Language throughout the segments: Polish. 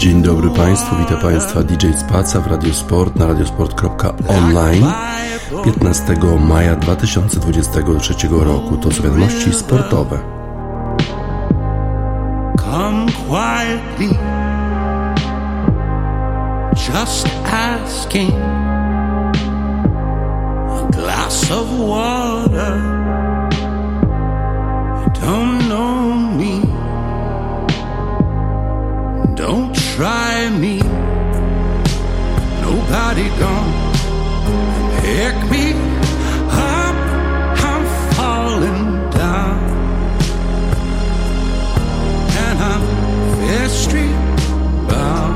Dzień dobry Państwu, witam Państwa DJ Spaca w Radiosport na radiosport.online 15 maja 2023 roku. To są wiadomości sportowe. Come quietly, just asking a glass of water. Don't know me, don't try me. Nobody gonna pick me up. I'm falling down, and I'm very bound.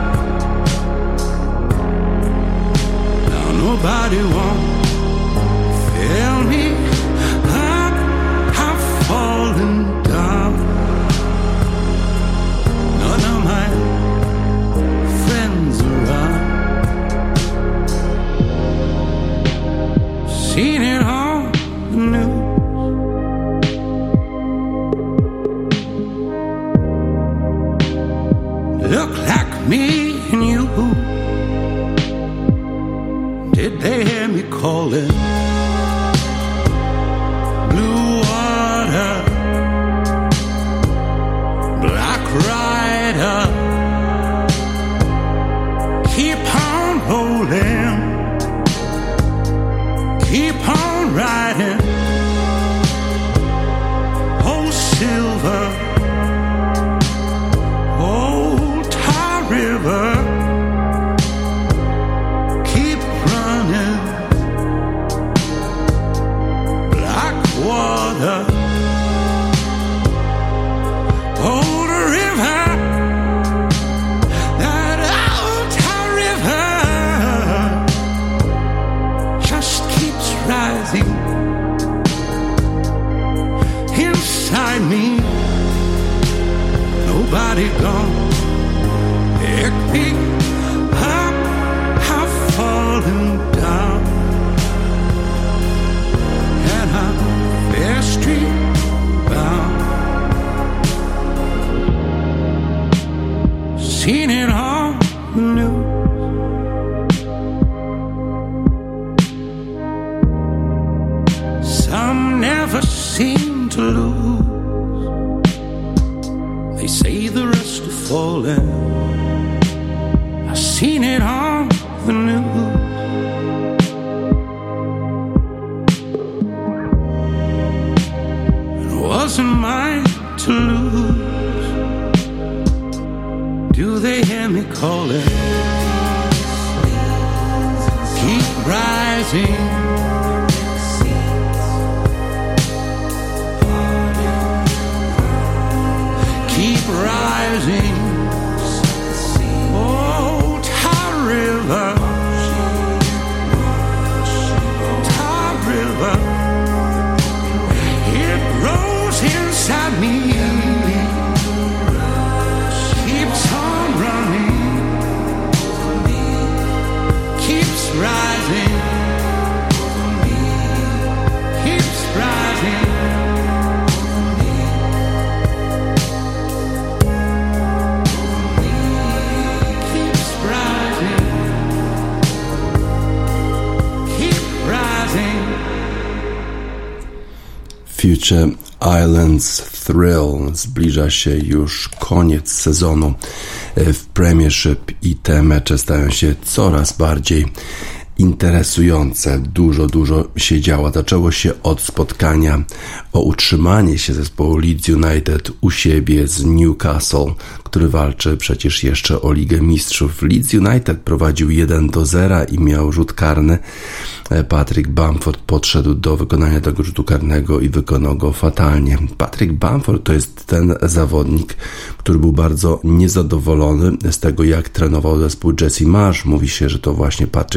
Now nobody won't fill me up. I'm falling down. None of my friends around. Seen it on the news. Look like me and you. Did they hear me calling? Blue water, black rider, keep on rolling, keep on riding. Oh, silver, old Tar River, keep running. Black water, old river, that old Tar River just keeps rising inside me. Nobody gonna pick me up. I'm falling down, and I'm Fair Street bound. Seen it on the news. Some never seem to lose. They say the rest are falling. I've seen it on the news. It wasn't mine to lose. Do they hear me calling? Keep rising. Keep rising. Oh, Tar River, Tar River, it rolls inside me. Keeps on running, keeps rising, keeps rising. Future Islands Thrill. Zbliża się już koniec sezonu w Premiership i te mecze stają się coraz bardziej interesujące. Dużo się działo. Zaczęło się od spotkania o utrzymanie się zespołu Leeds United u siebie z Newcastle, który walczy przecież jeszcze o Ligę Mistrzów. Leeds United prowadził 1-0 i miał rzut karny. Patrick Bamford podszedł do wykonania tego rzutu karnego i wykonał go fatalnie. Patrick Bamford to jest ten zawodnik, który był bardzo niezadowolony z tego, jak trenował zespół Jesse Marsch. Mówi się, że to właśnie Patrick Bamford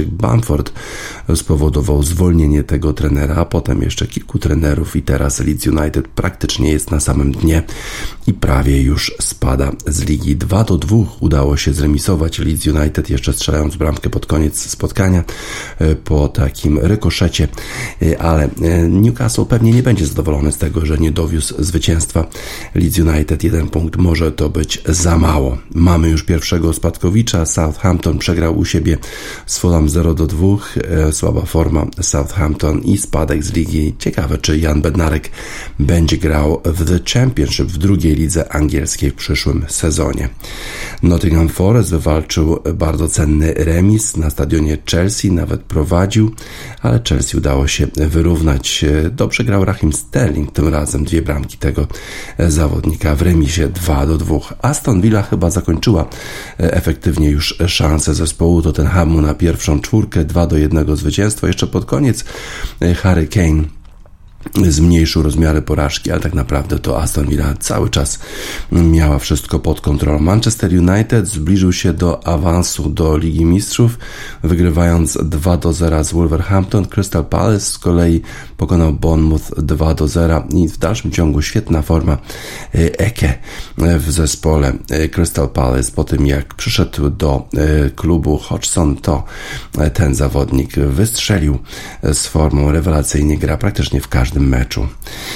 dyskomfort spowodował zwolnienie tego trenera, a potem jeszcze kilku trenerów i teraz Leeds United praktycznie jest na samym dnie i prawie już spada z ligi. 2-2 udało się zremisować Leeds United, jeszcze strzelając bramkę pod koniec spotkania po takim rykoszecie, ale Newcastle pewnie nie będzie zadowolony z tego, że nie dowiózł zwycięstwa. Leeds United 1 punkt, może to być za mało. Mamy już pierwszego spadkowicza, Southampton przegrał u siebie z Fulham 0-2, słaba forma Southampton i spadek z ligi. Ciekawe, czy Jan Bednarek będzie grał w The Championship, w drugiej lidze angielskiej w przyszłym sezonie. Nottingham Forest wywalczył bardzo cenny remis na stadionie Chelsea, nawet prowadził, ale Chelsea udało się wyrównać. Dobrze grał Raheem Sterling tym razem, 2 bramki tego zawodnika w remisie 2-2. Aston Villa chyba zakończyła efektywnie już szansę zespołu Tottenhamu na pierwszą czwórkę, 2-1 zwycięstwo. Jeszcze pod koniec Harry Kane zmniejszył rozmiary porażki, ale tak naprawdę to Aston Villa cały czas miała wszystko pod kontrolą. Manchester United zbliżył się do awansu do Ligi Mistrzów, wygrywając 2-0 z Wolverhampton. Crystal Palace z kolei pokonał Bournemouth 2-0 i w dalszym ciągu świetna forma Eke w zespole Crystal Palace. Po tym jak przyszedł do klubu Hodgson, to ten zawodnik wystrzelił z formą, rewelacyjnie gra praktycznie w każdym meczu.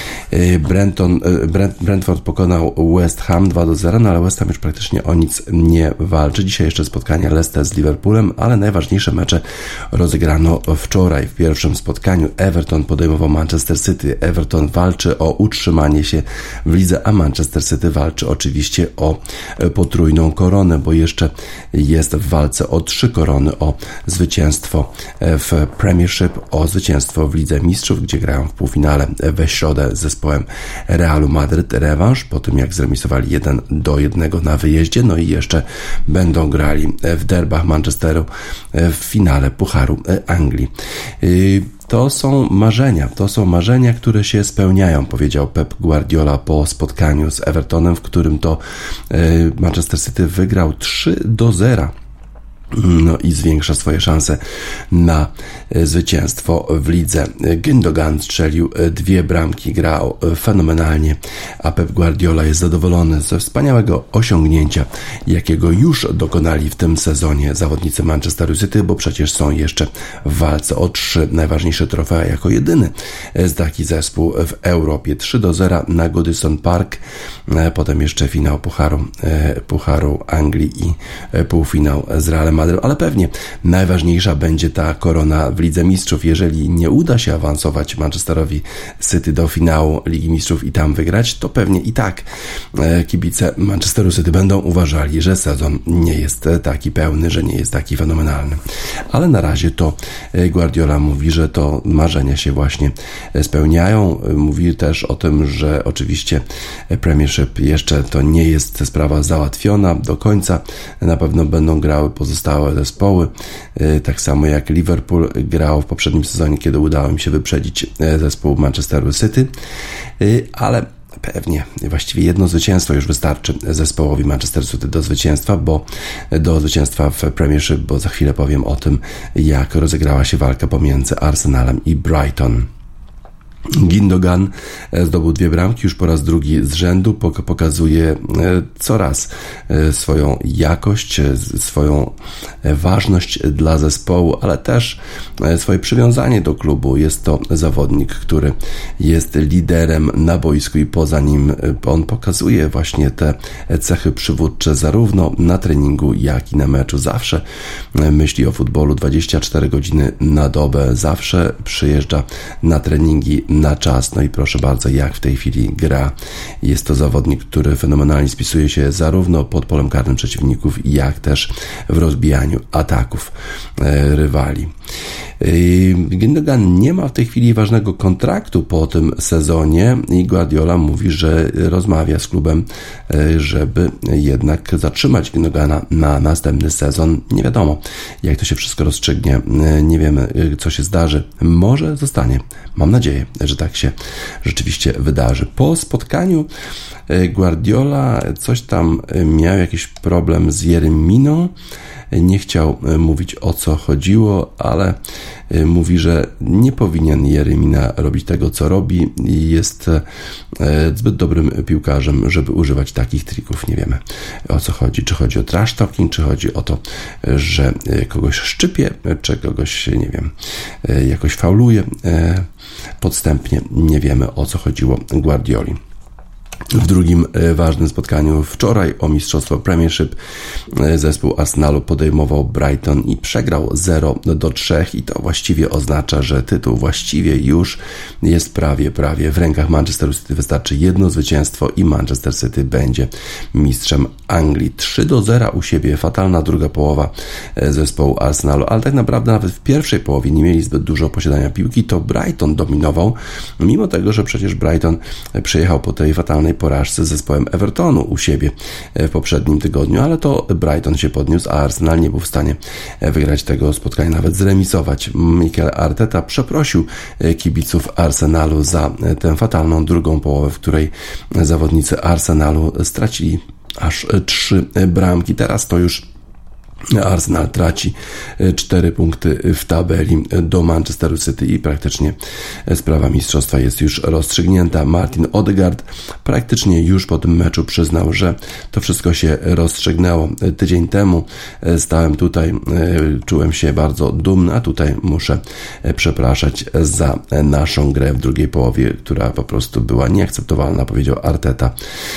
Brentford pokonał West Ham 2-0, no ale West Ham już praktycznie o nic nie walczy. Dzisiaj jeszcze spotkania Leicester z Liverpoolem, ale najważniejsze mecze rozegrano wczoraj. W pierwszym spotkaniu Everton podejmował Manchester City. Everton walczy o utrzymanie się w lidze, a Manchester City walczy oczywiście o potrójną koronę, bo jeszcze jest w walce o 3 korony, o zwycięstwo w Premiership, o zwycięstwo w Lidze Mistrzów, gdzie grają w półfinale we środę z zespołem Realu Madryt. Rewanż po tym jak zremisowali 1-1 na wyjeździe, no i jeszcze będą grali w derbach Manchesteru w finale Pucharu Anglii. To są marzenia, które się spełniają, powiedział Pep Guardiola po spotkaniu z Evertonem, w którym to Manchester City wygrał 3-0. No i zwiększa swoje szanse na zwycięstwo w lidze. Gündogan strzelił 2 bramki, grał fenomenalnie, a Pep Guardiola jest zadowolony ze wspaniałego osiągnięcia, jakiego już dokonali w tym sezonie zawodnicy Manchesteru City, bo przecież są jeszcze w walce o 3 najważniejsze trofea jako jedyny taki zespół w Europie. 3-0 na Goodison Park, potem jeszcze finał Pucharu Anglii i półfinał z Realem Madryt, ale pewnie najważniejsza będzie ta korona w Lidze Mistrzów. Jeżeli nie uda się awansować Manchesterowi City do finału Ligi Mistrzów i tam wygrać, to pewnie i tak kibice Manchesteru City będą uważali, że sezon nie jest taki pełny, że nie jest taki fenomenalny. Ale na razie to Guardiola mówi, że to marzenia się właśnie spełniają. Mówi też o tym, że oczywiście Premiership jeszcze to nie jest sprawa załatwiona do końca. Na pewno będą grały pozostałe zespoły, tak samo jak Liverpool grał w poprzednim sezonie, kiedy udało im się wyprzedzić zespół Manchesteru City, ale pewnie właściwie jedno zwycięstwo już wystarczy zespołowi Manchester City do zwycięstwa w Premiership, bo za chwilę powiem o tym, jak rozegrała się walka pomiędzy Arsenalem i Brighton. Gündogan zdobył 2 bramki, już po raz drugi z rzędu, pokazuje coraz swoją jakość, swoją ważność dla zespołu, ale też swoje przywiązanie do klubu. Jest to zawodnik, który jest liderem na boisku i poza nim. On pokazuje właśnie te cechy przywódcze zarówno na treningu, jak i na meczu. Zawsze myśli o futbolu 24 godziny na dobę, zawsze przyjeżdża na treningi na czas. No i proszę bardzo, jak w tej chwili gra. Jest to zawodnik, który fenomenalnie spisuje się zarówno pod polem karnym przeciwników, jak też w rozbijaniu ataków rywali. Gündogan nie ma w tej chwili ważnego kontraktu po tym sezonie i Guardiola mówi, że rozmawia z klubem, żeby jednak zatrzymać Gündogana na następny sezon. Nie wiadomo, jak to się wszystko rozstrzygnie. Nie wiemy, co się zdarzy. Może zostanie. Mam nadzieję, że tak się rzeczywiście wydarzy. Po spotkaniu Guardiola coś tam miał jakiś problem z Jereminą. Nie chciał mówić, o co chodziło, ale mówi, że nie powinien Jeremina robić tego, co robi i jest zbyt dobrym piłkarzem, żeby używać takich trików. Nie wiemy, o co chodzi. Czy chodzi o trash talking, czy chodzi o to, że kogoś szczypie, czy kogoś, nie wiem, jakoś fauluje podstępnie. Nie wiemy, o co chodziło Guardioli. W drugim ważnym spotkaniu wczoraj o mistrzostwo Premiership zespół Arsenalu podejmował Brighton i przegrał 0-3 i to właściwie oznacza, że tytuł właściwie już jest prawie w rękach Manchesteru City. Wystarczy jedno zwycięstwo i Manchester City będzie mistrzem Anglii. 3-0 u siebie, fatalna druga połowa zespołu Arsenalu, ale tak naprawdę nawet w pierwszej połowie nie mieli zbyt dużo posiadania piłki, to Brighton dominował, mimo tego, że przecież Brighton przejechał po tej fatalnej porażce z zespołem Evertonu u siebie w poprzednim tygodniu, ale to Brighton się podniósł, a Arsenal nie był w stanie wygrać tego spotkania, nawet zremisować. Mikel Arteta przeprosił kibiców Arsenalu za tę fatalną drugą połowę, w której zawodnicy Arsenalu stracili aż 3 bramki. Teraz to już Arsenal traci 4 punkty w tabeli do Manchesteru City i praktycznie sprawa mistrzostwa jest już rozstrzygnięta. Martin Odegaard praktycznie już po tym meczu przyznał, że to wszystko się rozstrzygnęło. Tydzień temu stałem tutaj, czułem się bardzo dumny, a tutaj muszę przepraszać za naszą grę w drugiej połowie, która po prostu była nieakceptowalna, powiedział Arteta,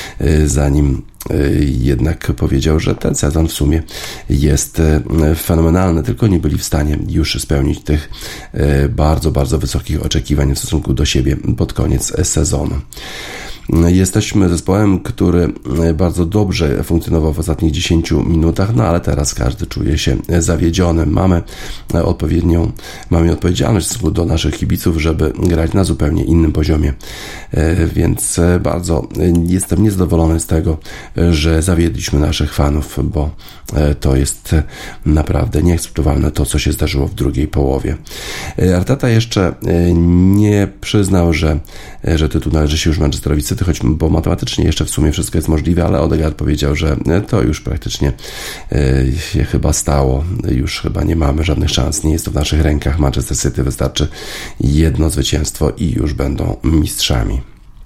zanim jednak powiedział, że ten sezon w sumie jest fenomenalny, tylko nie byli w stanie już spełnić tych bardzo wysokich oczekiwań w stosunku do siebie pod koniec sezonu. Jesteśmy zespołem, który bardzo dobrze funkcjonował w ostatnich 10 minutach, no ale teraz każdy czuje się zawiedziony. Mamy odpowiedzialność w stosunku do naszych kibiców, żeby grać na zupełnie innym poziomie, więc bardzo jestem niezadowolony z tego, że zawiedliśmy naszych fanów, bo to jest naprawdę nieakceptowalne to, co się zdarzyło w drugiej połowie. Arteta jeszcze nie przyznał, że tytuł należy się już Manchesterowi City, bo matematycznie jeszcze w sumie wszystko jest możliwe, ale Odegaard powiedział, że to już praktycznie się chyba stało, już chyba nie mamy żadnych szans, nie jest to w naszych rękach. Manchester City wystarczy jedno zwycięstwo i już będą mistrzami.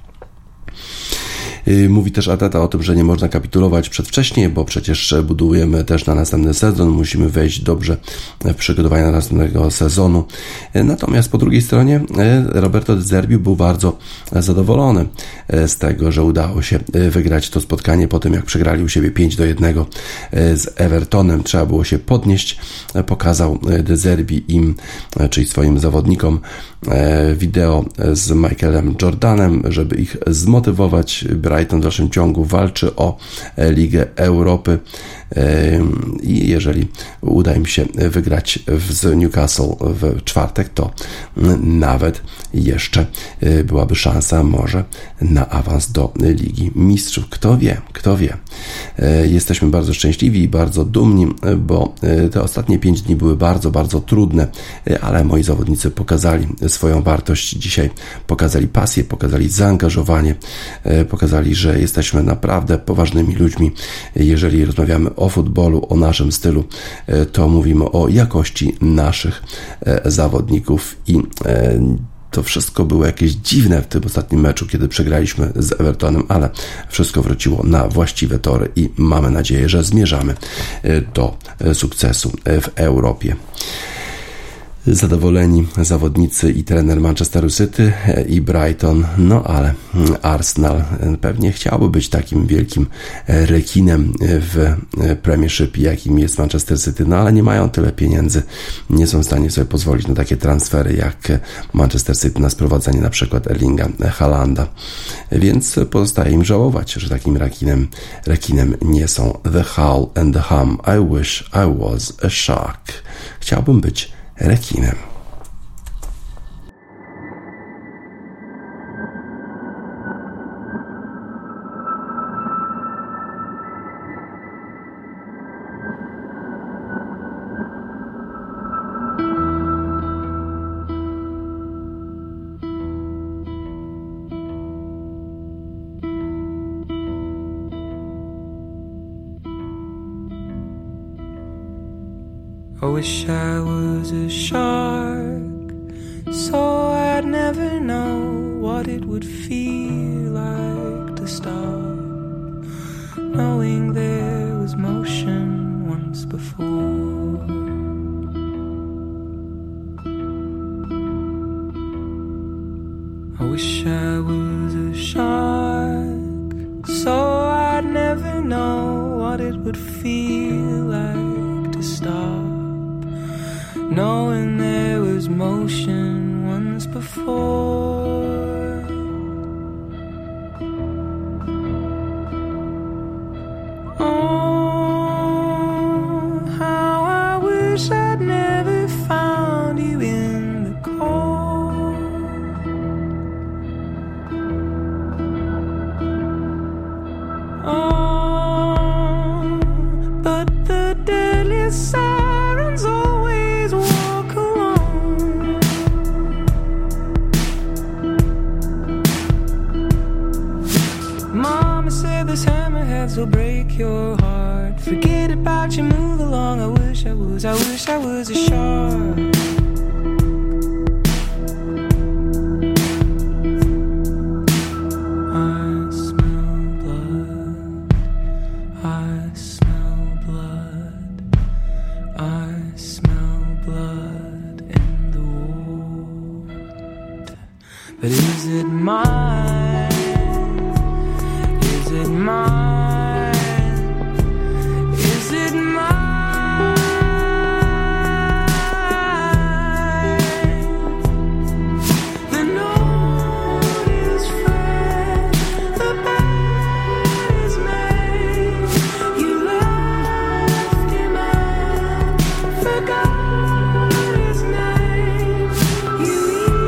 Mówi też Arteta o tym, że nie można kapitulować przedwcześnie, bo przecież budujemy też na następny sezon, musimy wejść dobrze w przygotowania do następnego sezonu. Natomiast po drugiej stronie Roberto De Zerbi był bardzo zadowolony z tego, że udało się wygrać to spotkanie po tym, jak przegrali u siebie 5-1 z Evertonem. Trzeba było się podnieść. Pokazał De Zerbi im, czyli swoim zawodnikom, wideo z Michaelem Jordanem, żeby ich zmotywować. Brighton w dalszym ciągu walczy o Ligę Europy i jeżeli uda im się wygrać z Newcastle w czwartek, to nawet jeszcze byłaby szansa może na awans do Ligi Mistrzów. Kto wie. Jesteśmy bardzo szczęśliwi i bardzo dumni, bo te ostatnie 5 dni były bardzo trudne, ale moi zawodnicy pokazali swoją wartość dzisiaj, pokazali pasję, pokazali zaangażowanie, pokazali, że jesteśmy naprawdę poważnymi ludźmi. Jeżeli rozmawiamy o futbolu, o naszym stylu, to mówimy o jakości naszych zawodników i to wszystko było jakieś dziwne w tym ostatnim meczu, kiedy przegraliśmy z Evertonem, ale wszystko wróciło na właściwe tory i mamy nadzieję, że zmierzamy do sukcesu w Europie. Zadowoleni zawodnicy i trener Manchesteru City i Brighton, no ale Arsenal pewnie chciałby być takim wielkim rekinem w Premiership, jakim jest Manchester City, no ale nie mają tyle pieniędzy, nie są w stanie sobie pozwolić na takie transfery jak Manchester City, na sprowadzenie na przykład Erlinga Haalanda, więc pozostaje im żałować, że takim rekinem nie są. The Howl and the Hum. I wish I was a shark. Chciałbym być rekinem. I wish I was a shark, so I'd never know what it would feel like to stop, knowing there was motion once before. I wish I was a shark, so I'd never know what it would feel like to stop, knowing there was motion once before. Oh, how I wish I'd never found you in the cold. Oh, but the deadly sirens always walk alone. Mama said this hammerheads will break your heart. Forget about you, move along. I wish I was a shark. But is it mine? Is it mine? Is it mine? The note is fresh, the bed is made. You left him and forgot his name. You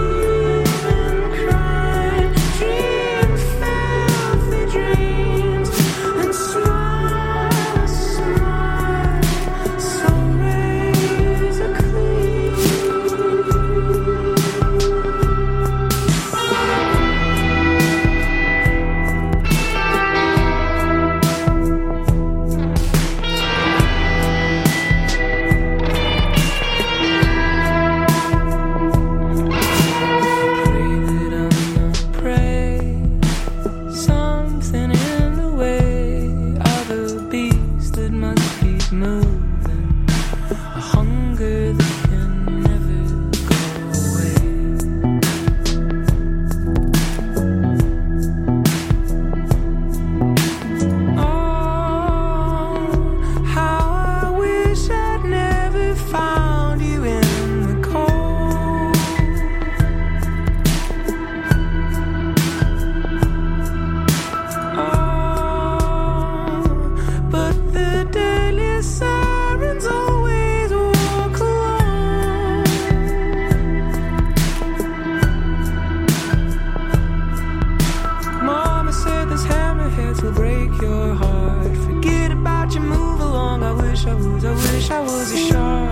will break your heart. Forget about you, move along. I wish I was a shark.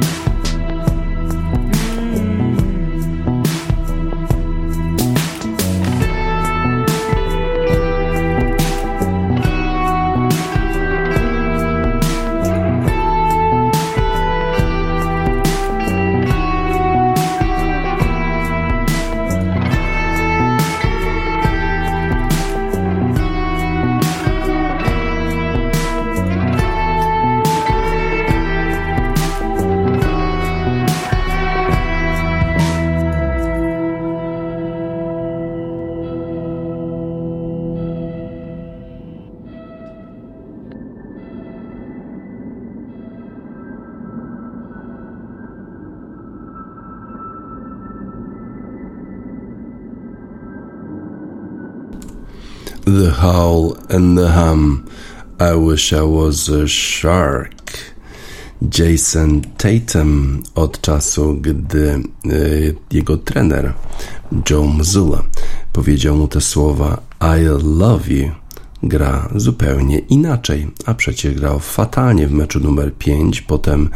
The Howl and the Hum, I Wish I Was a Shark. Jason Tatum, od czasu, gdy jego trener Joe Mazzulla powiedział mu te słowa I love you, gra zupełnie inaczej, a przecież grał fatalnie w meczu numer 5, potem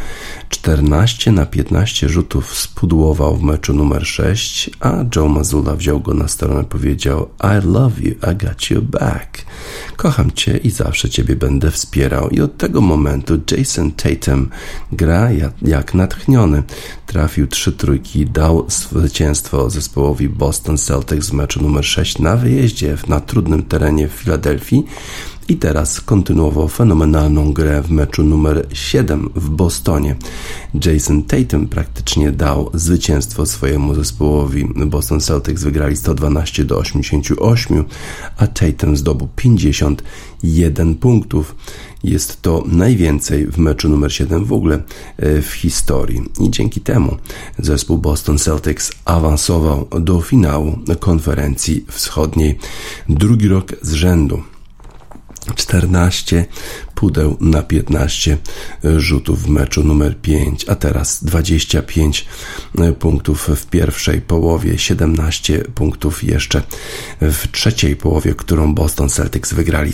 14/15 rzutów spudłował w meczu numer 6, a Joe Mazzulla wziął go na stronę, powiedział I love you, I got your back. Kocham Cię i zawsze Ciebie będę wspierał. I od tego momentu Jason Tatum gra jak natchniony. Trafił 3 trójki, dał zwycięstwo zespołowi Boston Celtics w meczu numer 6 na wyjeździe na trudnym terenie w Filadelfii. I teraz kontynuował fenomenalną grę w meczu numer 7 w Bostonie. Jason Tatum praktycznie dał zwycięstwo swojemu zespołowi. Boston Celtics wygrali 112-88, a Tatum zdobył 51 punktów. Jest to najwięcej w meczu numer 7 w ogóle w historii. I dzięki temu zespół Boston Celtics awansował do finału konferencji wschodniej. Drugi rok z rzędu. 14 pudeł na 15 rzutów w meczu numer 5, a teraz 25 punktów w pierwszej połowie, 17 punktów jeszcze w trzeciej połowie, którą Boston Celtics wygrali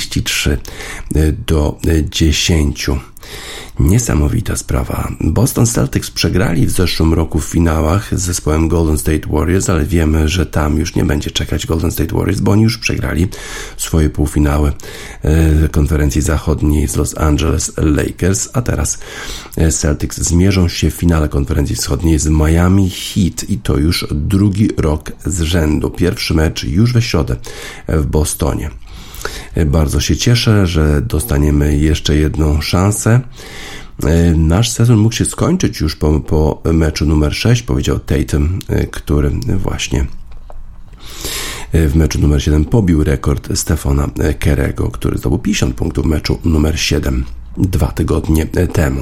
33-10. Niesamowita sprawa. Boston Celtics przegrali w zeszłym roku w finałach z zespołem Golden State Warriors, ale wiemy, że tam już nie będzie czekać Golden State Warriors, bo oni już przegrali swoje półfinały konferencji zachodniej z Los Angeles Lakers, a teraz Celtics zmierzą się w finale konferencji wschodniej z Miami Heat i to już drugi rok z rzędu. Pierwszy mecz już we środę w Bostonie. Bardzo się cieszę, że dostaniemy jeszcze jedną szansę. Nasz sezon mógł się skończyć już po meczu numer 6, powiedział Tatum, który właśnie w meczu numer 7 pobił rekord Stephona Curry'ego, który zdobył 50 punktów w meczu numer 7 2 tygodnie temu.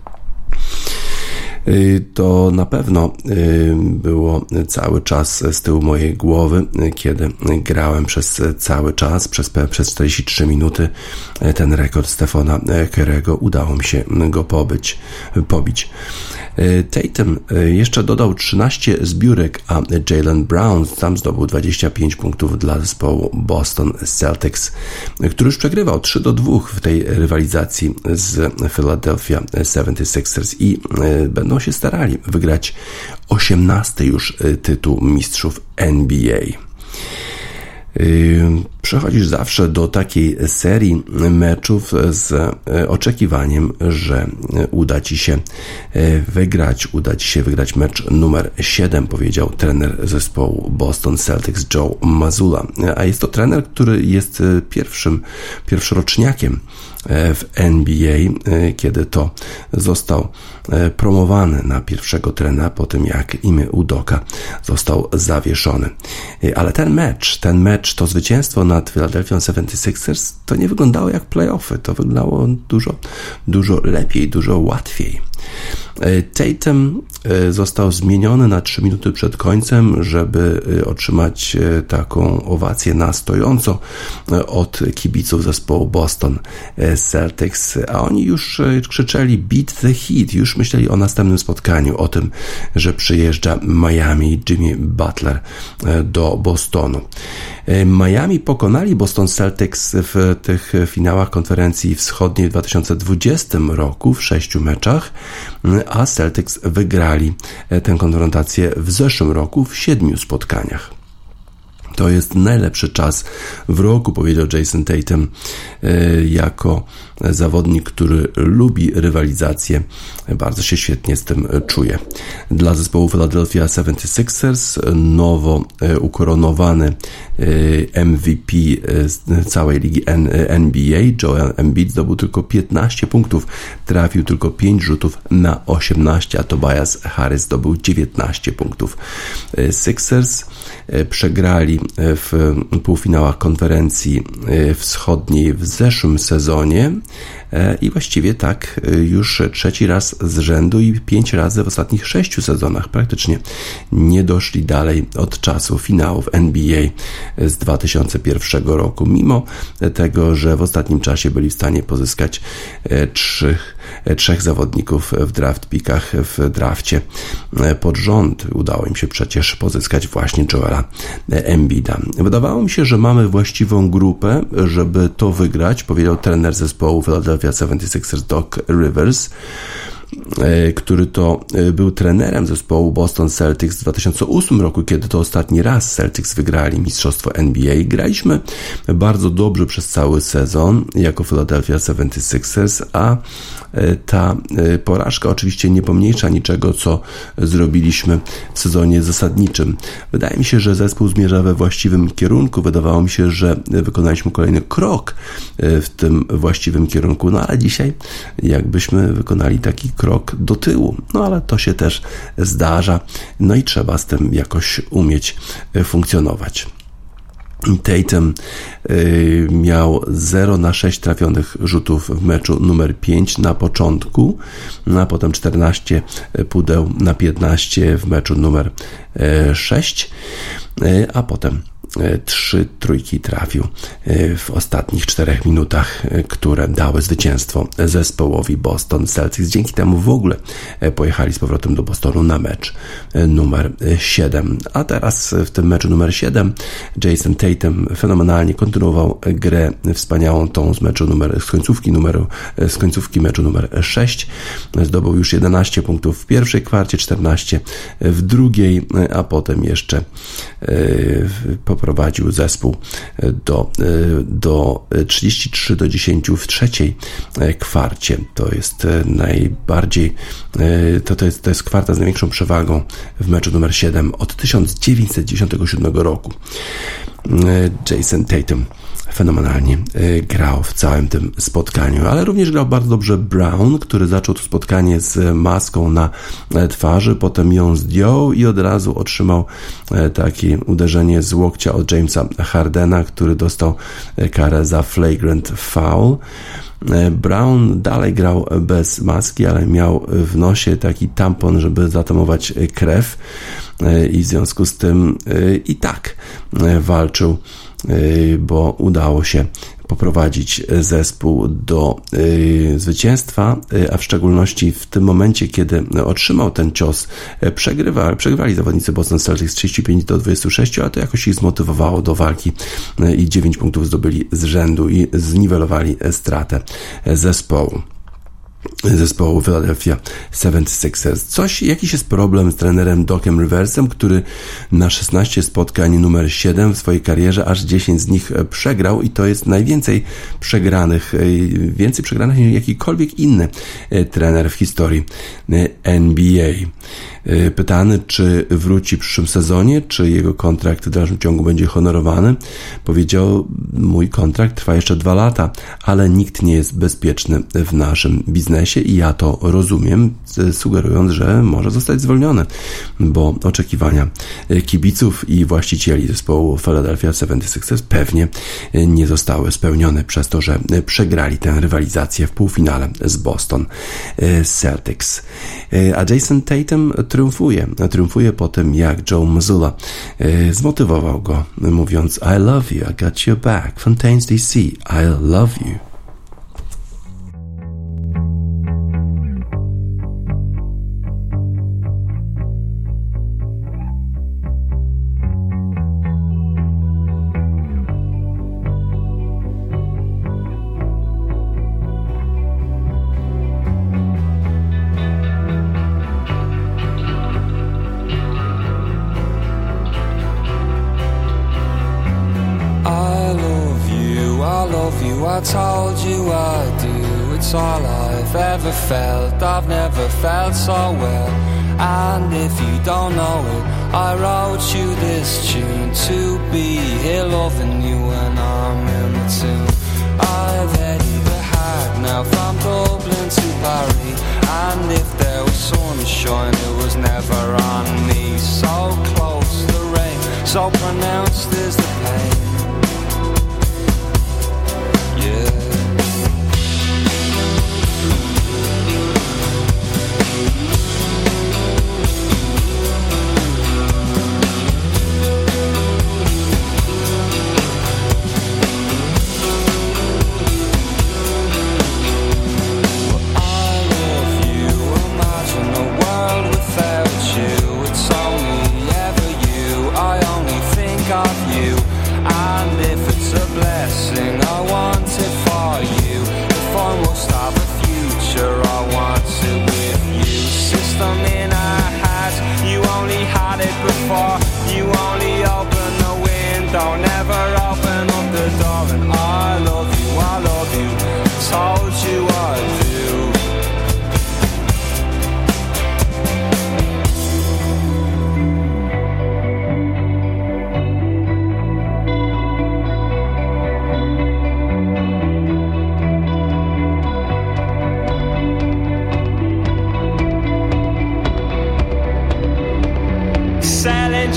To na pewno było cały czas z tyłu mojej głowy, kiedy grałem przez cały czas, przez 43 minuty ten rekord Stephona Curry'ego. Udało mi się go pobić. Tatum jeszcze dodał 13 zbiórek, a Jaylen Brown tam zdobył 25 punktów dla zespołu Boston Celtics, który już przegrywał 3-2 w tej rywalizacji z Philadelphia 76ers i będą się starali wygrać 18 już tytuł mistrzów NBA. Przechodzisz zawsze do takiej serii meczów z oczekiwaniem, że uda Ci się wygrać mecz numer 7, powiedział trener zespołu Boston Celtics Joe Mazzulla. A jest to trener, który jest pierwszoroczniakiem w NBA, kiedy to został promowany na pierwszego trenera po tym, jak Ime Udoka został zawieszony. Ale ten mecz, to zwycięstwo nad Philadelphia 76ers, to nie wyglądało jak playoffy, to wyglądało dużo lepiej, dużo łatwiej. Tatum został zmieniony na 3 minuty przed końcem, żeby otrzymać taką owację na stojąco od kibiców zespołu Boston Celtics, a oni już krzyczeli beat the Heat, już myśleli o następnym spotkaniu, o tym, że przyjeżdża Miami, Jimmy Butler do Bostonu. Miami pokonali Boston Celtics w tych finałach konferencji wschodniej w 2020 roku w 6 meczach, a Celtics wygrali tę konfrontację w zeszłym roku w 7 spotkaniach. To jest najlepszy czas w roku, powiedział Jason Tatum, jako zawodnik, który lubi rywalizację. Bardzo się świetnie z tym czuje. Dla zespołu Philadelphia 76ers nowo ukoronowany MVP całej ligi NBA Joel Embiid zdobył tylko 15 punktów, trafił tylko 5 rzutów na 18, a Tobias Harris zdobył 19 punktów. Sixers przegrali w półfinałach konferencji wschodniej w zeszłym sezonie i właściwie tak już 3 raz z rzędu i 5 razy w ostatnich 6 sezonach. Praktycznie nie doszli dalej od czasu finałów NBA z 2001 roku, mimo tego, że w ostatnim czasie byli w stanie pozyskać 3 zawodników w draft pickach w drafcie pod rząd. Udało im się przecież pozyskać właśnie Joela Embida. Wydawało mi się, że mamy właściwą grupę, żeby to wygrać, powiedział trener zespołu Philadelphia 76ers Doc Rivers. który to był trenerem zespołu Boston Celtics w 2008 roku, kiedy to ostatni raz Celtics wygrali mistrzostwo NBA. Graliśmy bardzo dobrze przez cały sezon jako Philadelphia 76ers, a ta porażka oczywiście nie pomniejsza niczego, co zrobiliśmy w sezonie zasadniczym. Wydaje mi się, że zespół zmierza we właściwym kierunku. Wydawało mi się, że wykonaliśmy kolejny krok w tym właściwym kierunku, no ale dzisiaj jakbyśmy wykonali taki krok do tyłu. No ale to się też zdarza, no i trzeba z tym jakoś umieć funkcjonować. Tatum miał 0 na 6 trafionych rzutów w meczu numer 5 na początku, a potem 14 pudeł na 15 w meczu numer 6, a potem 3 trójki trafił w ostatnich 4 minutach, które dały zwycięstwo zespołowi Boston Celtics. Dzięki temu w ogóle pojechali z powrotem do Bostonu na mecz numer 7. A teraz w tym meczu numer 7 Jason Tatum fenomenalnie kontynuował grę wspaniałą tą z końcówki meczu numer 6. Zdobył już 11 punktów w pierwszej kwarcie, 14 w drugiej, a potem jeszcze poprowadził zespół do 33-10 w trzeciej kwarcie. To jest najbardziej, to jest kwarta z największą przewagą w meczu numer 7 od 1997 roku. Jason Tatum fenomenalnie grał w całym tym spotkaniu, ale również grał bardzo dobrze Brown, który zaczął to spotkanie z maską na twarzy, potem ją zdjął i od razu otrzymał takie uderzenie z łokcia od Jamesa Hardena, który dostał karę za flagrant foul. Brown dalej grał bez maski, ale miał w nosie taki tampon, żeby zatamować krew i w związku z tym i tak walczył, bo udało się poprowadzić zespół do zwycięstwa, a w szczególności w tym momencie, kiedy otrzymał ten cios, przegrywali zawodnicy Boston Celtics 35-26, ale to jakoś ich zmotywowało do walki i 9 punktów zdobyli z rzędu i zniwelowali stratę zespołu Philadelphia 76ers. Jakiś jest problem z trenerem Docem Riversem, który na 16 spotkań numer 7 w swojej karierze aż 10 z nich przegrał i to jest najwięcej przegranych, więcej przegranych niż jakikolwiek inny trener w historii NBA. Pytany, czy wróci w przyszłym sezonie, czy jego kontrakt w dalszym ciągu będzie honorowany, powiedział: mój kontrakt trwa jeszcze 2 lata, ale nikt nie jest bezpieczny w naszym biznesie i ja to rozumiem, sugerując, że może zostać zwolniony, bo oczekiwania kibiców i właścicieli zespołu Philadelphia 76ers pewnie nie zostały spełnione przez to, że przegrali tę rywalizację w półfinale z Boston Celtics. A Jason Tatum triumfuje po tym, jak Joe Mazzulla zmotywował go, mówiąc: I love you, I got your back, Fontaine's DC, I love you. I told you I do, it's all I've ever felt. I've never felt so well. And if you don't know it, I wrote you this tune to be here loving you when I'm in the tune. I've headed the hack now from Dublin to Paris, and if there was sunshine it was never on me. So close the rain, so pronounced is the pain.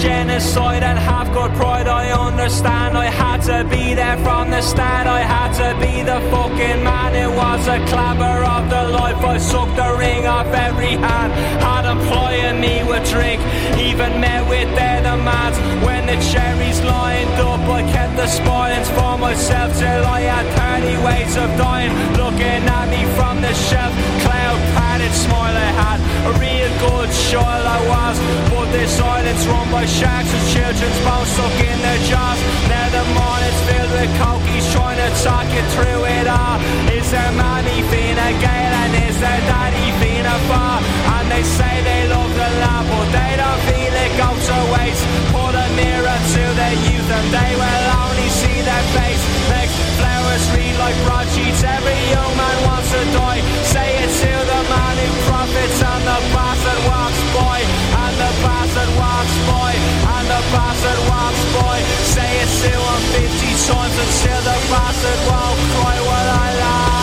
genocide and have got pride. I understand I had to be there from the start. I had to be the fucking man. It was a clapper of the life. I sucked the ring off every hand. Had employing me with drink, even met with their demands. When the cherries lined up, I kept the spoilings for myself till I had 30 ways of dying. Looking at me from the shelf, cloud padded smile I had. A real good child I was, but this island's run by sharks and children's bones stuck in their jaws. Now the morning's filled with cokies trying to talk you through it all. Is there mommy Fina Gale and is there daddy Fina Bar? And they say they love the land but they don't feel it goes to waste. Put a mirror to their youth and they will only see their face. Makes flowers read like broadsheets, every young man wants to die. Say it to the man who profits and the bastard walks by. And the bastard walks by. And the bastard walks by. Say it to him 50 times until the bastard won't cry while I lie.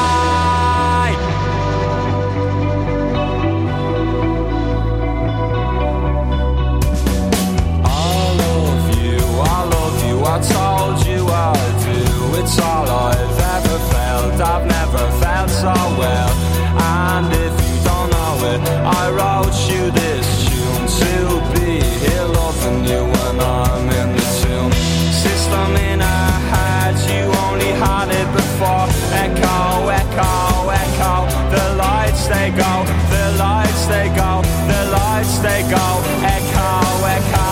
I told you I do, it's all I've ever felt. I've never felt so well. And if you don't know it, I wrote you this tune to be here loving you when I'm in the tune. System in our heads, you only had it before. Echo, echo, echo. The lights they go, the lights they go, the lights they go. Echo, echo.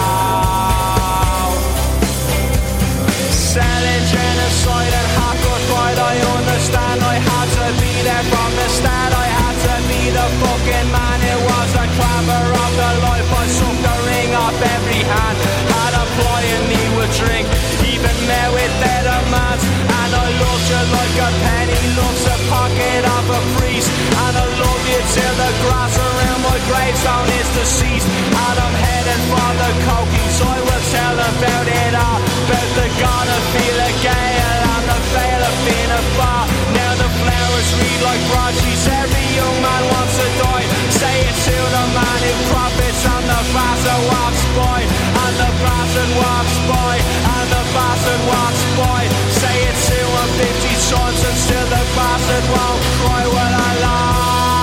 Selling genocide and hardcore pride. I understand I had to be there from the start. I had to be the fucking man. It was a clamor of the life. I sucked the ring off every hand. Had employing me with drink, even met with their demands. And I loved you like a penny loves a pocket of a priest. And I love you till the grass around my gravestone is deceased. And I'm headed for the cokies. I will tell about it all. About the god of Fela Gale and the veil of Fina Bar. Now the flowers read like broadsheets. Every young man wants to die. Say it to the man who profits and the bastard walks by. And the bastard walks by. And the bastard walks by. Say it to him 50 times until the bastard won't cry when I lie.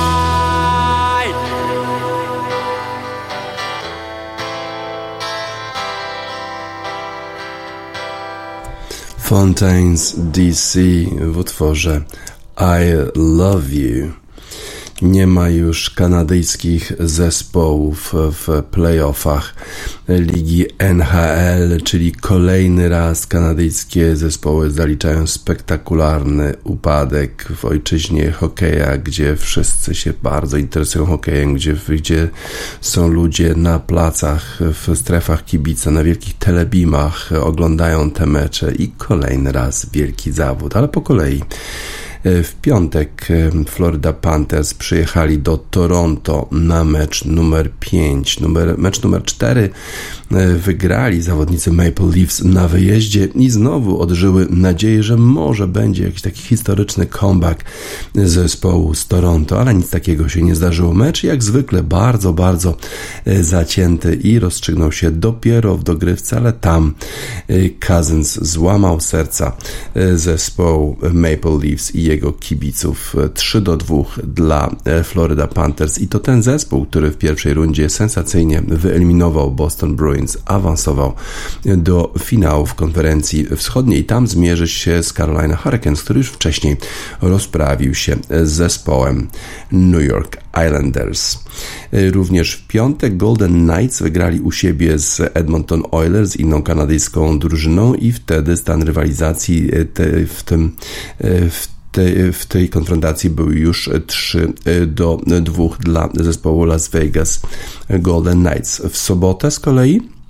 Fontaines DC w utworze I Love You. Nie ma już kanadyjskich zespołów w playoffach ligi NHL, czyli kolejny raz kanadyjskie zespoły zaliczają spektakularny upadek w ojczyźnie hokeja, gdzie wszyscy się bardzo interesują hokejem, gdzie są ludzie na placach, w strefach kibica, na wielkich telebimach, oglądają te mecze i kolejny raz wielki zawód, ale po kolei. W piątek Florida Panthers przyjechali do Toronto na mecz numer 5. Mecz numer 4 wygrali zawodnicy Maple Leafs na wyjeździe i znowu odżyły nadzieję, że może będzie jakiś taki historyczny comeback zespołu z Toronto, ale nic takiego się nie zdarzyło. Mecz jak zwykle bardzo, bardzo zacięty i rozstrzygnął się dopiero w dogrywce, ale tam Cousins złamał serca zespołu Maple Leafs i jego kibiców. 3-2 dla Florida Panthers i to ten zespół, który w pierwszej rundzie sensacyjnie wyeliminował Boston Bruins, awansował do finałów konferencji wschodniej. Tam zmierzy się z Carolina Hurricanes, który już wcześniej rozprawił się z zespołem New York Islanders. Również w piątek Golden Knights wygrali u siebie z Edmonton Oilers, inną kanadyjską drużyną i wtedy stan rywalizacji w tej konfrontacji był już 3-2 dla zespołu Las Vegas Golden Knights. W sobotę z kolei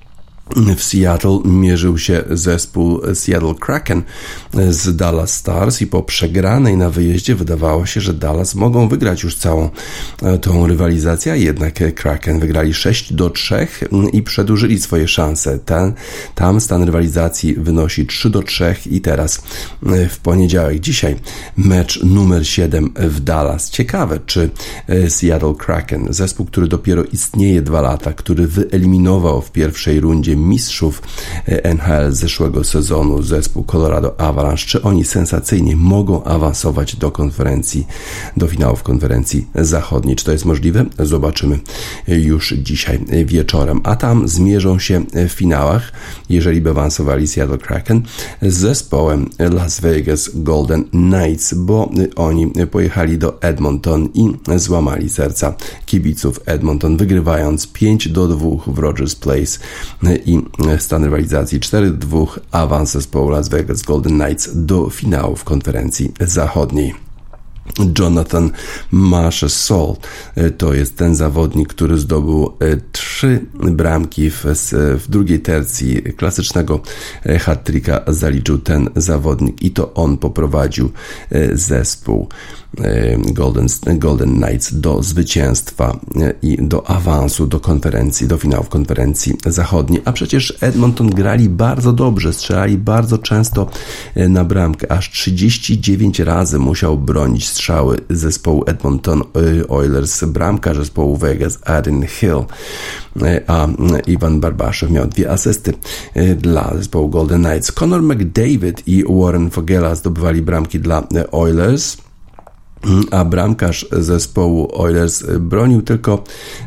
W Seattle mierzył się zespół Seattle Kraken z Dallas Stars i po przegranej na wyjeździe wydawało się, że Dallas mogą wygrać już całą tą rywalizację, a jednak Kraken wygrali 6-3 i przedłużyli swoje szanse. Tam stan rywalizacji wynosi 3-3 i teraz w poniedziałek, dzisiaj mecz numer 7 w Dallas. Ciekawe, czy Seattle Kraken, zespół, który dopiero istnieje 2 lata, który wyeliminował w pierwszej rundzie mistrzów NHL z zeszłego sezonu, zespół Colorado Avalanche, czy oni sensacyjnie mogą awansować do finałów konferencji zachodniej. Czy to jest możliwe? Zobaczymy już dzisiaj wieczorem. A tam zmierzą się w finałach, jeżeli by awansowali Seattle Kraken, z zespołem Las Vegas Golden Knights, bo oni pojechali do Edmonton i złamali serca kibiców Edmonton, wygrywając 5-2 w Rogers Place i stan rywalizacji 4-2, awans zespołu Las Vegas Golden Knights do finałów konferencji zachodniej. Jonathan Marchessault to jest ten zawodnik, który zdobył 3 bramki w drugiej tercji klasycznego hat-tricka zaliczył ten zawodnik i to on poprowadził zespół Golden Knights do zwycięstwa i do awansu do finałów konferencji zachodniej, a przecież Edmonton grali bardzo dobrze, strzelali bardzo często na bramkę, aż 39 razy musiał bronić strzały zespołu Edmonton Oilers bramkarz zespołu Vegas Adin Hill, a Ivan Barbashev miał 2 asysty dla zespołu Golden Knights. Connor McDavid i Warren Foegele zdobywali bramki dla Oilers, a bramkarz zespołu Oilers obronił tylko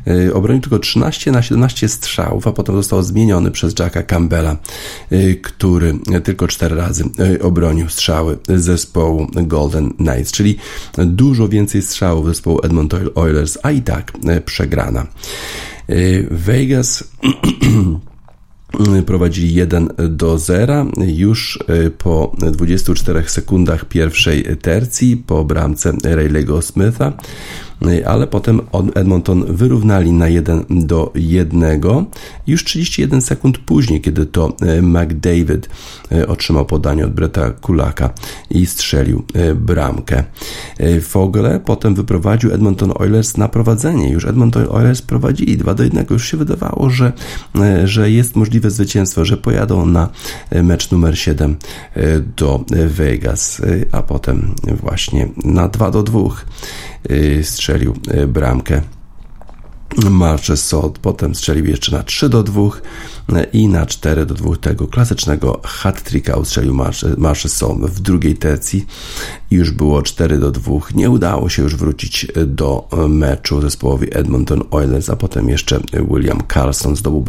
13/17 strzałów, a potem został zmieniony przez Jacka Campbella, który tylko 4 razy obronił strzały zespołu Golden Knights, czyli dużo więcej strzałów zespołu Edmonton Oilers, a i tak przegrana. Vegas prowadzili 1-0 już po 24 sekundach pierwszej tercji po bramce Riley'ego Smitha, ale potem Edmonton wyrównali na 1-1 już 31 sekund później, kiedy to McDavid otrzymał podanie od Bretta Kulaka i strzelił bramkę. Foegele potem wyprowadził Edmonton Oilers na prowadzenie. Już Edmonton Oilers prowadzili 2-1. Już się wydawało, że jest możliwe zwycięstwo, że pojadą na mecz numer 7 do Vegas, a potem właśnie na 2-2 strzelił bramkę Marchessault, potem strzelił jeszcze na 3-2 i na 4-2 tego klasycznego hat-tricka ustrzelił Marchessault w drugiej tercji i już było 4-2. Nie udało się już wrócić do meczu zespołowi Edmonton Oilers, a potem jeszcze William Karlsson zdobył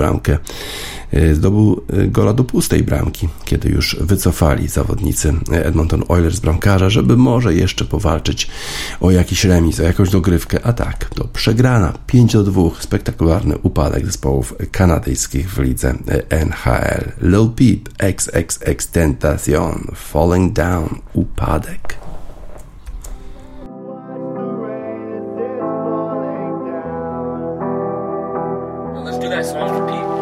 gola do pustej bramki, kiedy już wycofali zawodnicy Edmonton Oilers bramkarza, żeby może jeszcze powalczyć o jakiś remis, o jakąś dogrywkę, a tak, to przegrana 5-2, spektakularny upadek zespołów kanadyjskich w lidze NHL. Lil Peep, XXXTentacion, Falling Down, upadek. Let's do that song for Pete.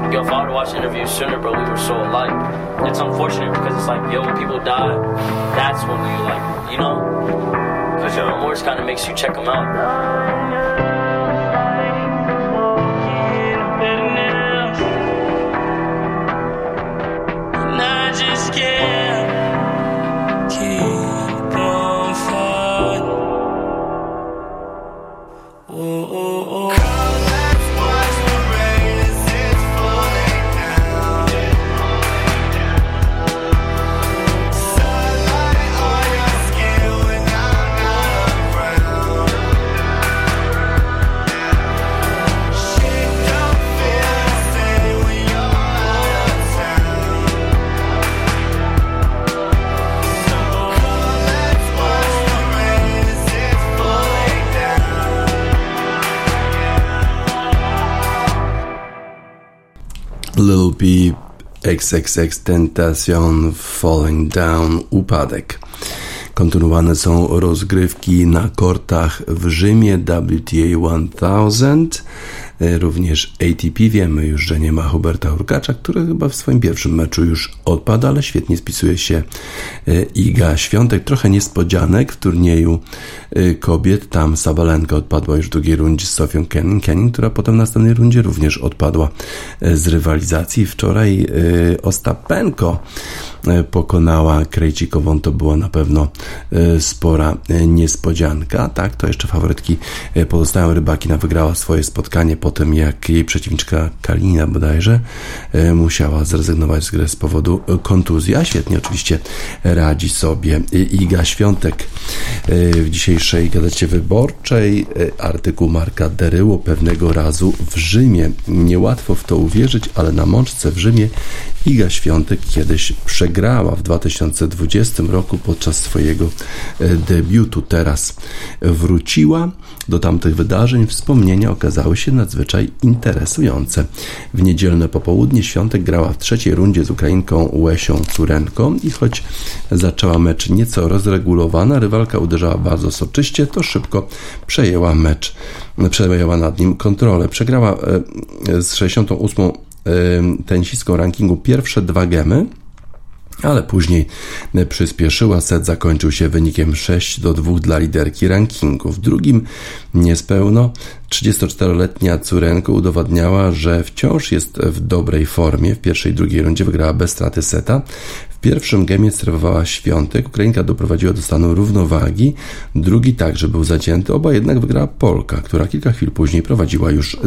yo, if I would've watched the interview sooner, bro, we were so alike. It's unfortunate because it's like, yo, when people die, that's when you like, you know, because your remorse kind of makes you check them out. And I just can't keep on fighting. Oh, oh, oh. Lil Peep, XXXTentacion, Falling Down, Upadek. Kontynuowane są rozgrywki na kortach w Rzymie, WTA 1000, również ATP. Wiemy już, że nie ma Huberta Hurkacza, który chyba w swoim pierwszym meczu już odpadł, ale świetnie spisuje się Iga Świątek. Trochę niespodzianek w turnieju kobiet. Tam Sabalenka odpadła już w drugiej rundzie z Sofią Kenin, która potem w następnej rundzie również odpadła z rywalizacji. Wczoraj Ostapenko pokonała Krejcikową. To była na pewno spora niespodzianka. Tak, to jeszcze faworytki pozostają. Rybakina wygrała swoje spotkanie po tym, jak jej przeciwniczka Kalina bodajże musiała zrezygnować z gry z powodu kontuzji, a świetnie oczywiście radzi sobie Iga Świątek. W dzisiejszej Gazecie Wyborczej artykuł Marka Deryło: pewnego razu w Rzymie. Niełatwo w to uwierzyć, ale na mączce w Rzymie Iga Świątek kiedyś przegrała w 2020 roku podczas swojego debiutu. Teraz wróciła do tamtych wydarzeń. Wspomnienia okazały się nadzwyczaj interesujące. W niedzielne popołudnie Świątek grała w trzeciej rundzie z Ukrainką Łesią Curenką i choć zaczęła mecz nieco rozregulowana, rywalka uderzała bardzo soczyście, to szybko przejęła nad nim kontrolę. Przegrała z 68. tenisistką rankingu pierwsze 2 gemy, ale później przyspieszyła. Set zakończył się wynikiem 6-2 dla liderki rankingu. W drugim niespełno 34-letnia Curenko udowadniała, że wciąż jest w dobrej formie. W pierwszej i drugiej rundzie wygrała bez straty seta. W pierwszym gemie serwowała Świątek. Ukrainka doprowadziła do stanu równowagi. Drugi także był zacięty. Oba jednak wygrała Polka, która kilka chwil później prowadziła już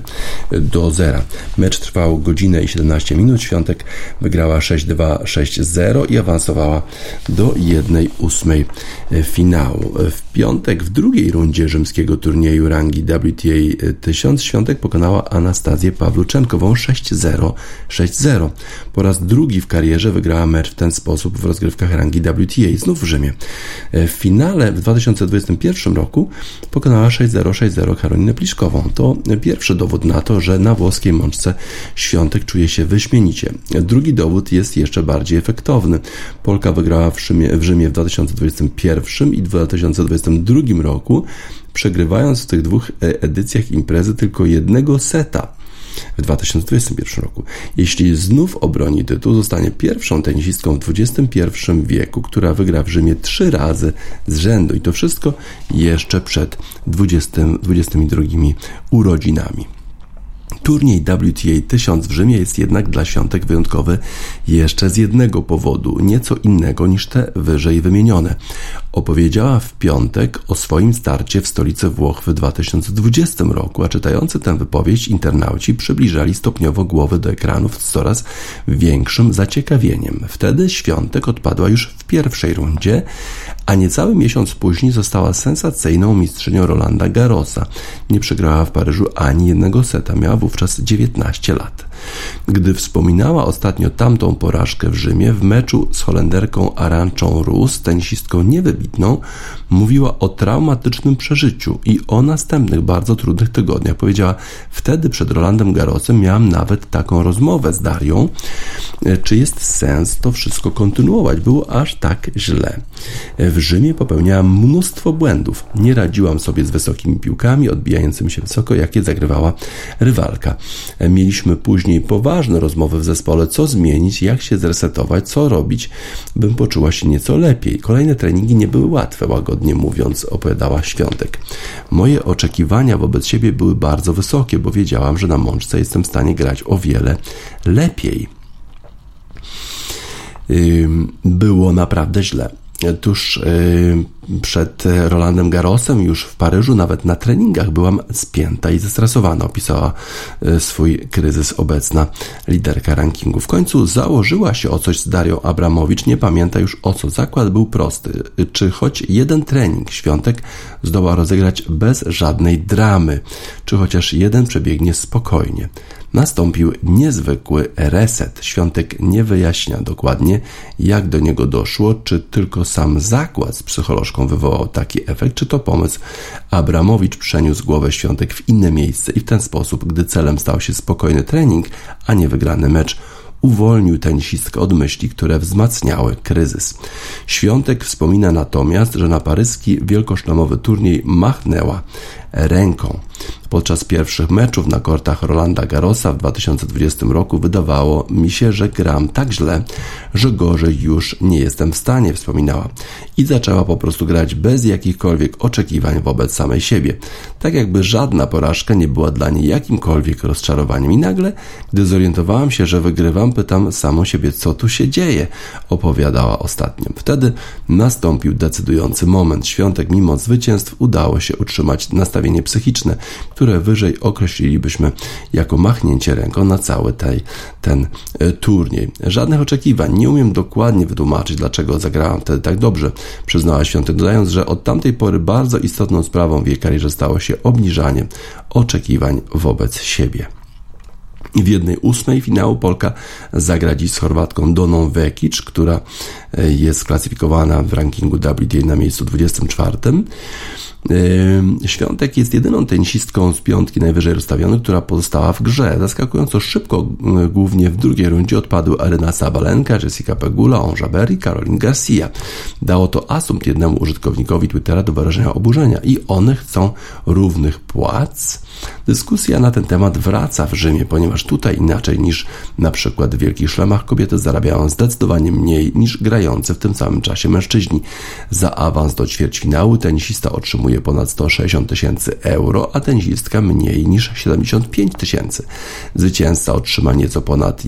3-0. Mecz trwał godzinę i 17 minut. Świątek wygrała 6-2, 6-0 i awansowała do 1/8 finału. W piątek w drugiej rundzie rzymskiego turnieju rangi WTA 1000 Świątek pokonała Anastazję Pawluczenkową 6-0, 6-0. Po raz drugi w karierze wygrała mecz w ten sposób w rozgrywkach rangi WTA, znów w Rzymie. W finale w 2021 roku pokonała 6-0, 6-0 Karolinę Pliszkową. To pierwszy dowód na to, że na włoskiej mączce Świątek czuje się wyśmienicie. Drugi dowód jest jeszcze bardziej efektowny. Polka wygrała w Rzymie w 2021 i 2022 roku, przegrywając w tych dwóch edycjach imprezy tylko jednego seta. W 2021 roku. Jeśli znów obroni tytuł, zostanie pierwszą tenisistką w XXI wieku, która wygra w Rzymie 3 razy z rzędu. I to wszystko jeszcze przed 22 urodzinami. Turniej WTA 1000 w Rzymie jest jednak dla Świątek wyjątkowy jeszcze z jednego powodu, nieco innego niż te wyżej wymienione. Opowiedziała w piątek o swoim starcie w stolicy Włoch w 2020 roku, a czytający tę wypowiedź internauci przybliżali stopniowo głowy do ekranów z coraz większym zaciekawieniem. Wtedy Świątek odpadła już w pierwszej rundzie, a niecały miesiąc później została sensacyjną mistrzynią Rolanda Garrosa. Nie przegrała w Paryżu ani jednego seta, miała wówczas 19 lat. Gdy wspominała ostatnio tamtą porażkę w Rzymie, w meczu z Holenderką Arantxą Rus, tenisistką niewybitną, mówiła o traumatycznym przeżyciu i o następnych bardzo trudnych tygodniach. Powiedziała: wtedy przed Rolandem Garrosem miałam nawet taką rozmowę z Darią, czy jest sens to wszystko kontynuować. Było aż tak źle. W Rzymie popełniałam mnóstwo błędów. Nie radziłam sobie z wysokimi piłkami, odbijającymi się wysoko, jakie zagrywała rywalka. Mieliśmy później poważne rozmowy w zespole, co zmienić, jak się zresetować, co robić, bym poczuła się nieco lepiej. Kolejne treningi nie były łatwe, łagodnie mówiąc, opowiadała Świątek. Moje oczekiwania wobec siebie były bardzo wysokie, bo wiedziałam, że na mączce jestem w stanie grać o wiele lepiej. Było naprawdę źle. Tuż przed Rolandem Garrosem, już w Paryżu, nawet na treningach byłam spięta i zestresowana, opisała swój kryzys obecna liderka rankingu. W końcu założyła się o coś z Darią Abramowicz, nie pamięta już o co. Zakład był prosty. Czy choć jeden trening Świątek zdoła rozegrać bez żadnej dramy, czy chociaż jeden przebiegnie spokojnie. Nastąpił niezwykły reset. Świątek nie wyjaśnia dokładnie, jak do niego doszło, czy tylko sam zakład z psycholożką wywołał taki efekt, czy to pomysł Abramowicz przeniósł głowę Świątek w inne miejsce i w ten sposób, gdy celem stał się spokojny trening, a nie wygrany mecz, uwolnił tenisistkę od myśli, które wzmacniały kryzys. Świątek wspomina natomiast, że na paryski wielkoszlemowy turniej machnęła ręką. Podczas pierwszych meczów na kortach Rolanda Garrosa w 2020 roku wydawało mi się, że gram tak źle, że gorzej już nie jestem w stanie, wspominała. I zaczęła po prostu grać bez jakichkolwiek oczekiwań wobec samej siebie. Tak jakby żadna porażka nie była dla niej jakimkolwiek rozczarowaniem. I nagle, gdy zorientowałam się, że wygrywam, pytam samą siebie, co tu się dzieje, opowiadała ostatnio. Wtedy nastąpił decydujący moment. Świątek mimo zwycięstw udało się utrzymać nastawienie psychiczne, które wyżej określilibyśmy jako machnięcie ręką na cały ten turniej. Żadnych oczekiwań. Nie umiem dokładnie wytłumaczyć, dlaczego zagrałam wtedy tak dobrze, przyznała Świątek, dodając, że od tamtej pory bardzo istotną sprawą w jej karierze stało się obniżanie oczekiwań wobec siebie. W 1/8 finału Polka zagra dziś z Chorwatką Doną Vekic, która jest klasyfikowana w rankingu WTA na miejscu 24. Świątek jest jedyną tenisistką z piątki najwyżej rozstawionych, która pozostała w grze. Zaskakująco szybko, głównie w drugiej rundzie, odpadły Aryna Sabalenka, Jessica Pegula, Ons Jabeur i Caroline Garcia. Dało to asumpt jednemu użytkownikowi Twittera do wyrażenia oburzenia i one chcą równych płac. Dyskusja na ten temat wraca w Rzymie, ponieważ tutaj inaczej niż na przykład w wielkich szlemach kobiety zarabiają zdecydowanie mniej niż grający w tym samym czasie mężczyźni. Za awans do ćwierćfinału tenisista otrzymuje ponad 160 000 euro, a tenisistka mniej niż 75 000. Zwycięzca otrzyma nieco ponad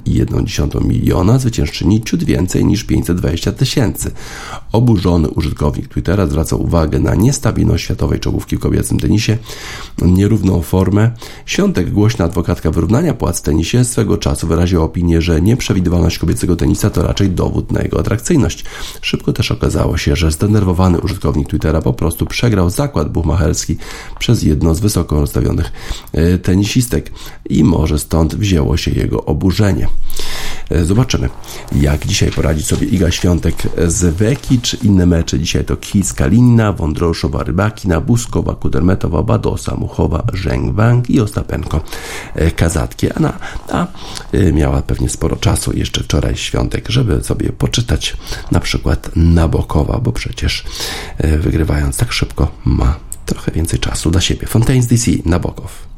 1,1 miliona, zwyciężczyni ciut więcej niż 520 000. Oburzony użytkownik Twittera zwraca uwagę na niestabilność światowej czołówki w kobiecym tenisie, nierówną formę. Świątek, głośna adwokatka wyrównania płac w tenisie, swego czasu wyraziła opinię, że nieprzewidywalność kobiecego tenisa to raczej dowód na jego atrakcyjność. Szybko też okazało się, że zdenerwowany użytkownik Twittera po prostu przegrał zakład buchmacherski przez jedno z wysoko rozstawionych tenisistek i może stąd wzięło się jego oburzenie. Zobaczymy, jak dzisiaj poradzi sobie Iga Świątek z Vekic. Inne mecze dzisiaj to Kis Kalinina, Wondroszowa, Rybakina, Buskowa, Kudermetowa, Badosa, Muchowa, Zheng Wang i Ostapenko Kazatkie. A miała pewnie sporo czasu jeszcze wczoraj Świątek, żeby sobie poczytać na przykład Nabokowa, bo przecież wygrywając tak szybko ma trochę więcej czasu dla siebie. Fontaines DC, Nabokow.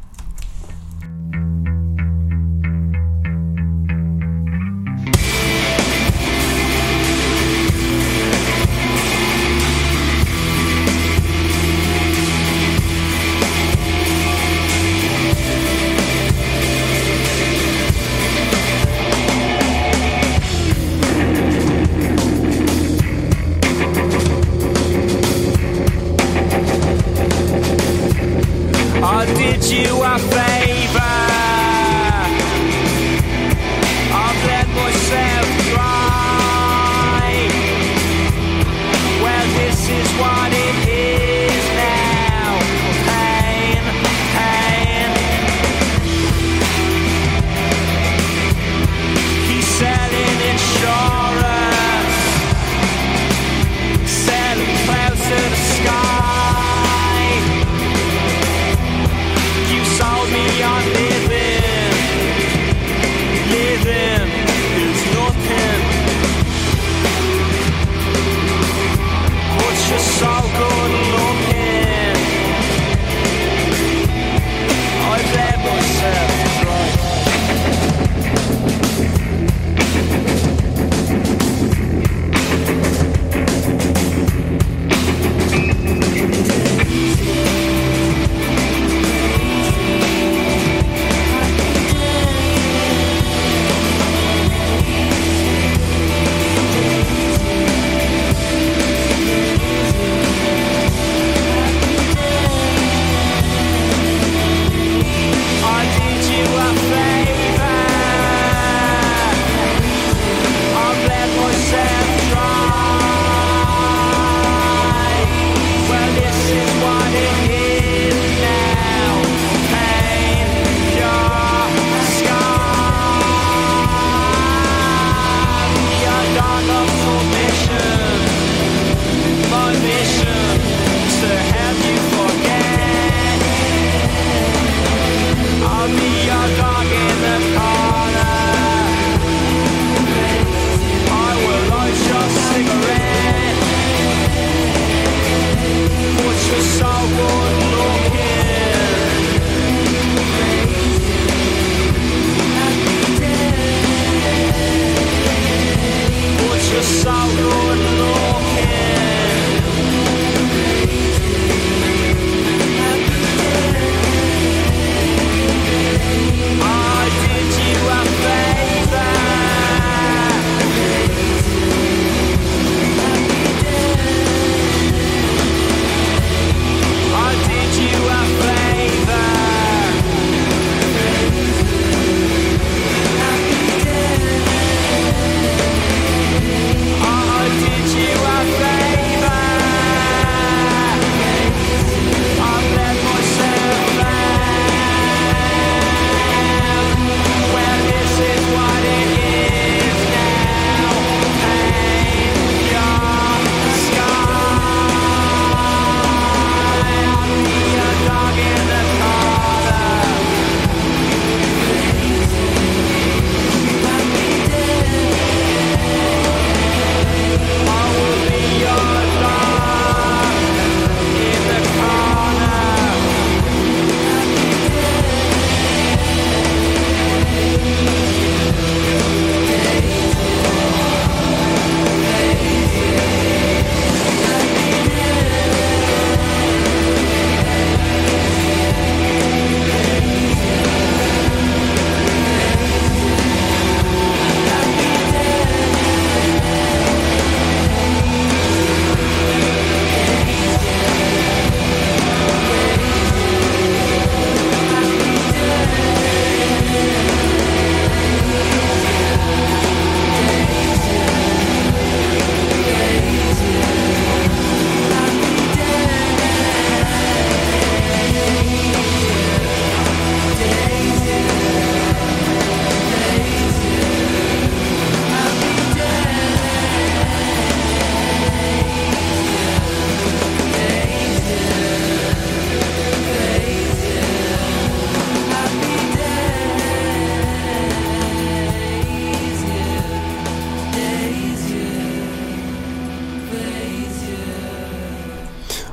Did you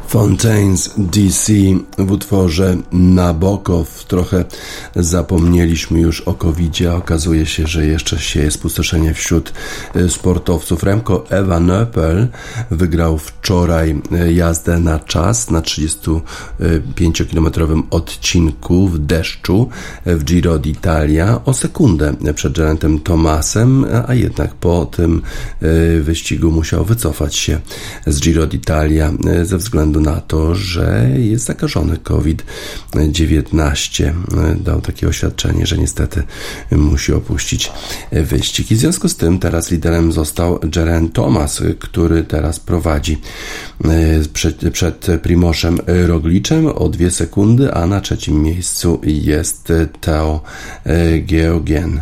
Fontaines DC w utworze Nabokow. Trochę zapomnieliśmy już o COVID-zie. Okazuje się, że jeszcze sieje spustoszenie wśród sportowców. Remco Evenepoel wygrał wczoraj jazdę na czas na 35-kilometrowym odcinku w deszczu w Giro d'Italia o sekundę przed Geraint'em Thomasem, a jednak po tym wyścigu musiał wycofać się z Giro d'Italia ze względu na to, że jest zakażony COVID-19. Dał takie oświadczenie, że niestety musi opuścić wyścig. I w związku z tym teraz liderem został Geraint Thomas, który teraz prowadzi przed Primożem Roglicem o 2 sekundy, a na trzecim miejscu jest Tao Geoghegan.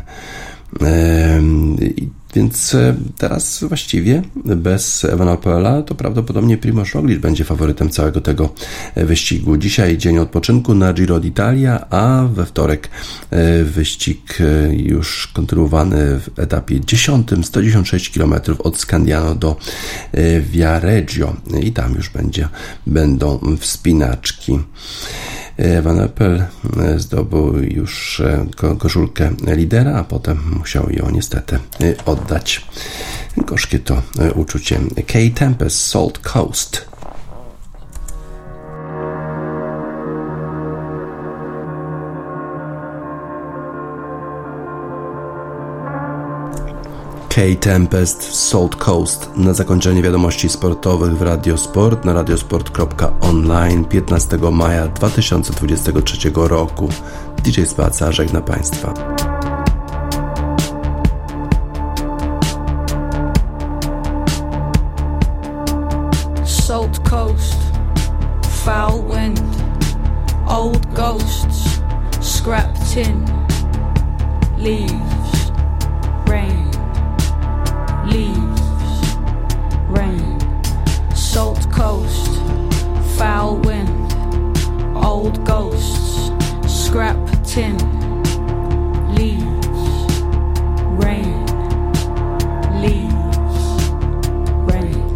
Więc teraz właściwie bez Evenepoela to prawdopodobnie Primož Roglič będzie faworytem całego tego wyścigu. Dzisiaj dzień odpoczynku na Giro d'Italia, a we wtorek wyścig już kontynuowany w etapie 10, 196 km od Scandiano do Viareggio i tam już będą wspinaczki. Evenepoel zdobył już koszulkę lidera, a potem musiał ją niestety oddać. Gorzkie to uczucie. Kae Tempest, Salt Coast. Kae Tempest, Salt Coast. Na zakończenie wiadomości sportowych w Radiosport na radiosport.online 15 maja 2023 roku. DJ Spaca żegna Państwa. Salt Coast, foul wind, old ghosts, scrap tin, leaves, rain. Leaves, rain, salt coast, foul wind, old ghosts, scrap tin, leaves, rain, leaves, rain.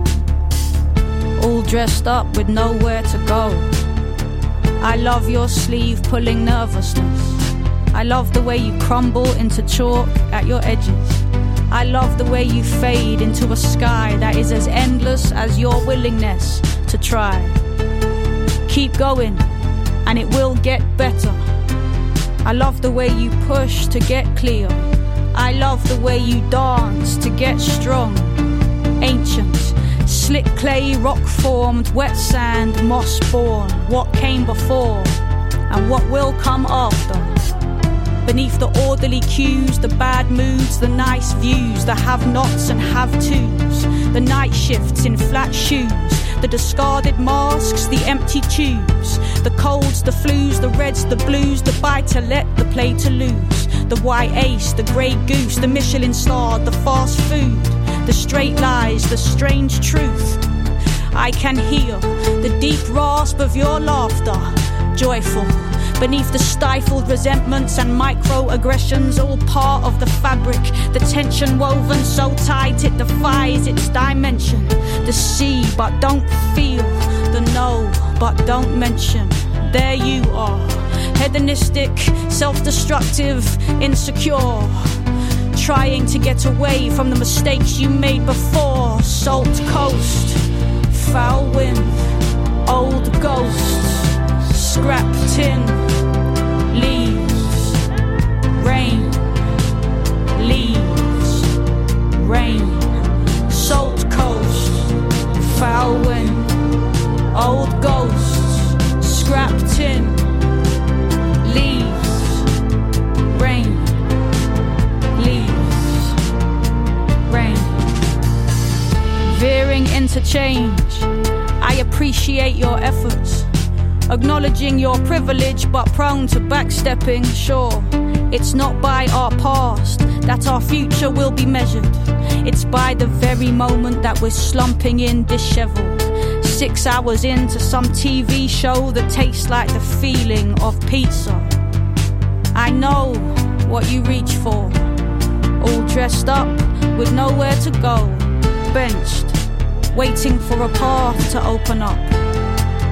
All dressed up with nowhere to go. I love your sleeve pulling nervousness. I love the way you crumble into chalk at your edges. I love the way you fade into a sky that is as endless as your willingness to try. Keep going, and it will get better. I love the way you push to get clear. I love the way you dance to get strong. Ancient, slick clay, rock formed, wet sand, moss born. What came before, and what will come after. Beneath the orderly cues, the bad moods, the nice views, the have-nots and have-tos, the night shifts in flat shoes, the discarded masks, the empty tubes, the colds, the flus, the reds, the blues, the buy-to-let, the play-to-lose, the white ace, the grey goose, the Michelin star, the fast food, the straight lies, the strange truth. I can hear the deep rasp of your laughter, joyful, beneath the stifled resentments and microaggressions, all part of the fabric, the tension woven so tight it defies its dimension. The see but don't feel, the know but don't mention. There you are, hedonistic, self-destructive, insecure, trying to get away from the mistakes you made before. Salt coast, foul wind, old ghosts, scrap tin, leaves, rain, leaves, rain, salt coast, foul wind, old ghosts, scrap tin, leaves, rain, leaves, rain. Veering interchange, I appreciate your efforts. Acknowledging your privilege but prone to backstepping, sure. It's not by our past that our future will be measured. It's by the very moment that we're slumping in disheveled. 6 hours into some TV show that tastes like the feeling of pizza. I know what you reach for. All dressed up with nowhere to go. Benched, waiting for a path to open up.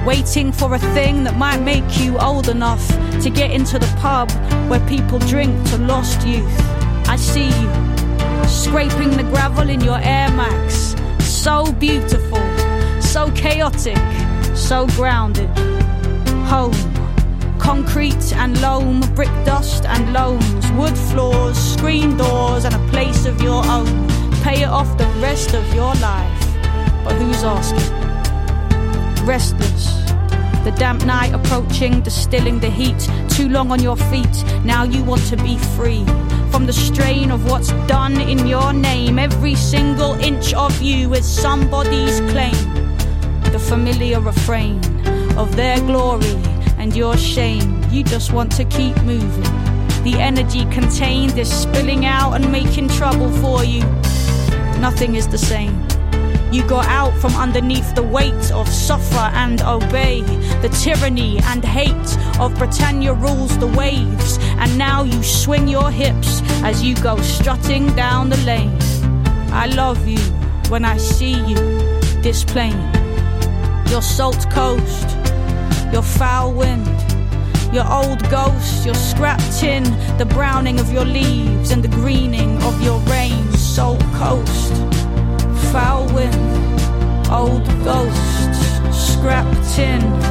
waiting for a thing that might make you old enough to get into the pub where people drink to lost youth. I see you, scraping the gravel in your Air Max. So beautiful, so chaotic, so grounded. Home, concrete and loam, brick dust and loans, wood floors, screen doors and a place of your own. Pay it off the rest of your life, but who's asking? Restless, the damp night approaching, distilling the heat. Too long on your feet, now you want to be free from the strain of what's done in your name. Every single inch of you is somebody's claim. The familiar refrain of their glory and your shame. You just want to keep moving. The energy contained is spilling out and making trouble for you. Nothing is the same. You got out from underneath the weight of suffer and obey, the tyranny and hate of Britannia rules the waves, and now you swing your hips as you go strutting down the lane. I love you when I see you, this plain, your salt coast, your foul wind, your old ghost, your scrap tin, the browning of your leaves and the greening of your rain. Salt coast, foul wind, old ghost, scrap tin.